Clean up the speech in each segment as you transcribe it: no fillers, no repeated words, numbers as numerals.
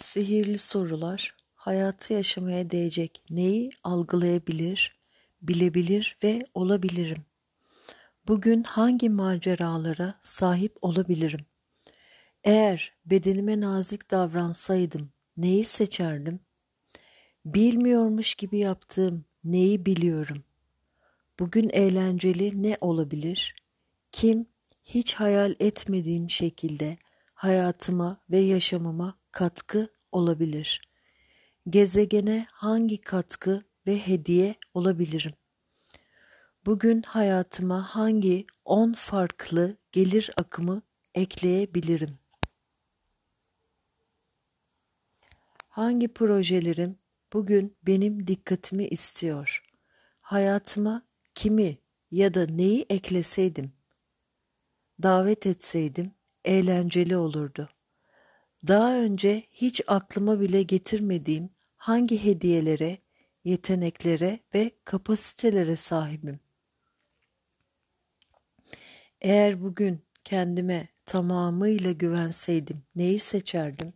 Sihirli sorular, hayatı yaşamaya değecek neyi algılayabilir, bilebilir ve olabilirim? Bugün hangi maceralara sahip olabilirim? Eğer bedenime nazik davransaydım neyi seçerdim? Bilmiyormuş gibi yaptığım neyi biliyorum? Bugün eğlenceli ne olabilir? Kim hiç hayal etmediğim şekilde hayatıma ve yaşamıma katkı olabilir? Gezegene hangi katkı ve hediye olabilirim? Bugün hayatıma hangi 10 farklı gelir akımı ekleyebilirim? Hangi projelerim bugün benim dikkatimi istiyor? Hayatıma kimi ya da neyi ekleseydim, davet etseydim eğlenceli olurdu. Daha önce hiç aklıma bile getirmediğim hangi hediyelere, yeteneklere ve kapasitelere sahibim? Eğer bugün kendime tamamıyla güvenseydim neyi seçerdim?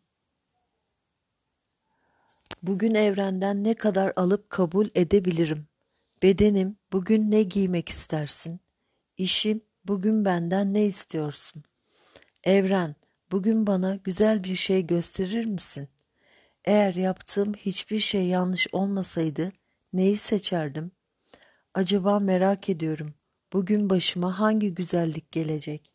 Bugün evrenden ne kadar alıp kabul edebilirim? Bedenim bugün ne giymek istersin? İşim bugün benden ne istiyorsun? Evren, bugün bana güzel bir şey gösterir misin? Eğer yaptığım hiçbir şey yanlış olmasaydı neyi seçerdim? Acaba merak ediyorum. Bugün başıma hangi güzellik gelecek?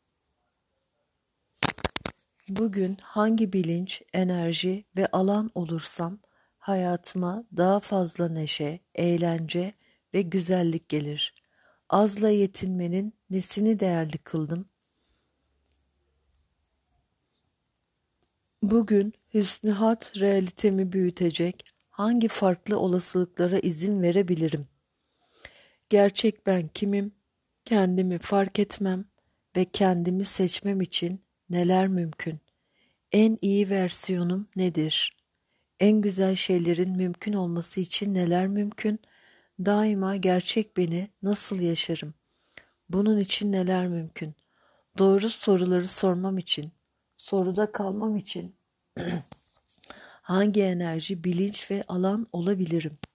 Bugün hangi bilinç, enerji ve alan olursam hayatıma daha fazla neşe, eğlence ve güzellik gelir. Azla yetinmenin nesini değerli kıldım? Bugün hüsnühat realitemi büyütecek hangi farklı olasılıklara izin verebilirim? Gerçek ben kimim? Kendimi fark etmem ve kendimi seçmem için neler mümkün? En iyi versiyonum nedir? En güzel şeylerin mümkün olması için neler mümkün? Daima gerçek beni nasıl yaşarım? Bunun için neler mümkün? Doğru soruları sormam için, soruda kalmam için hangi enerji, bilinç ve alan olabilirim?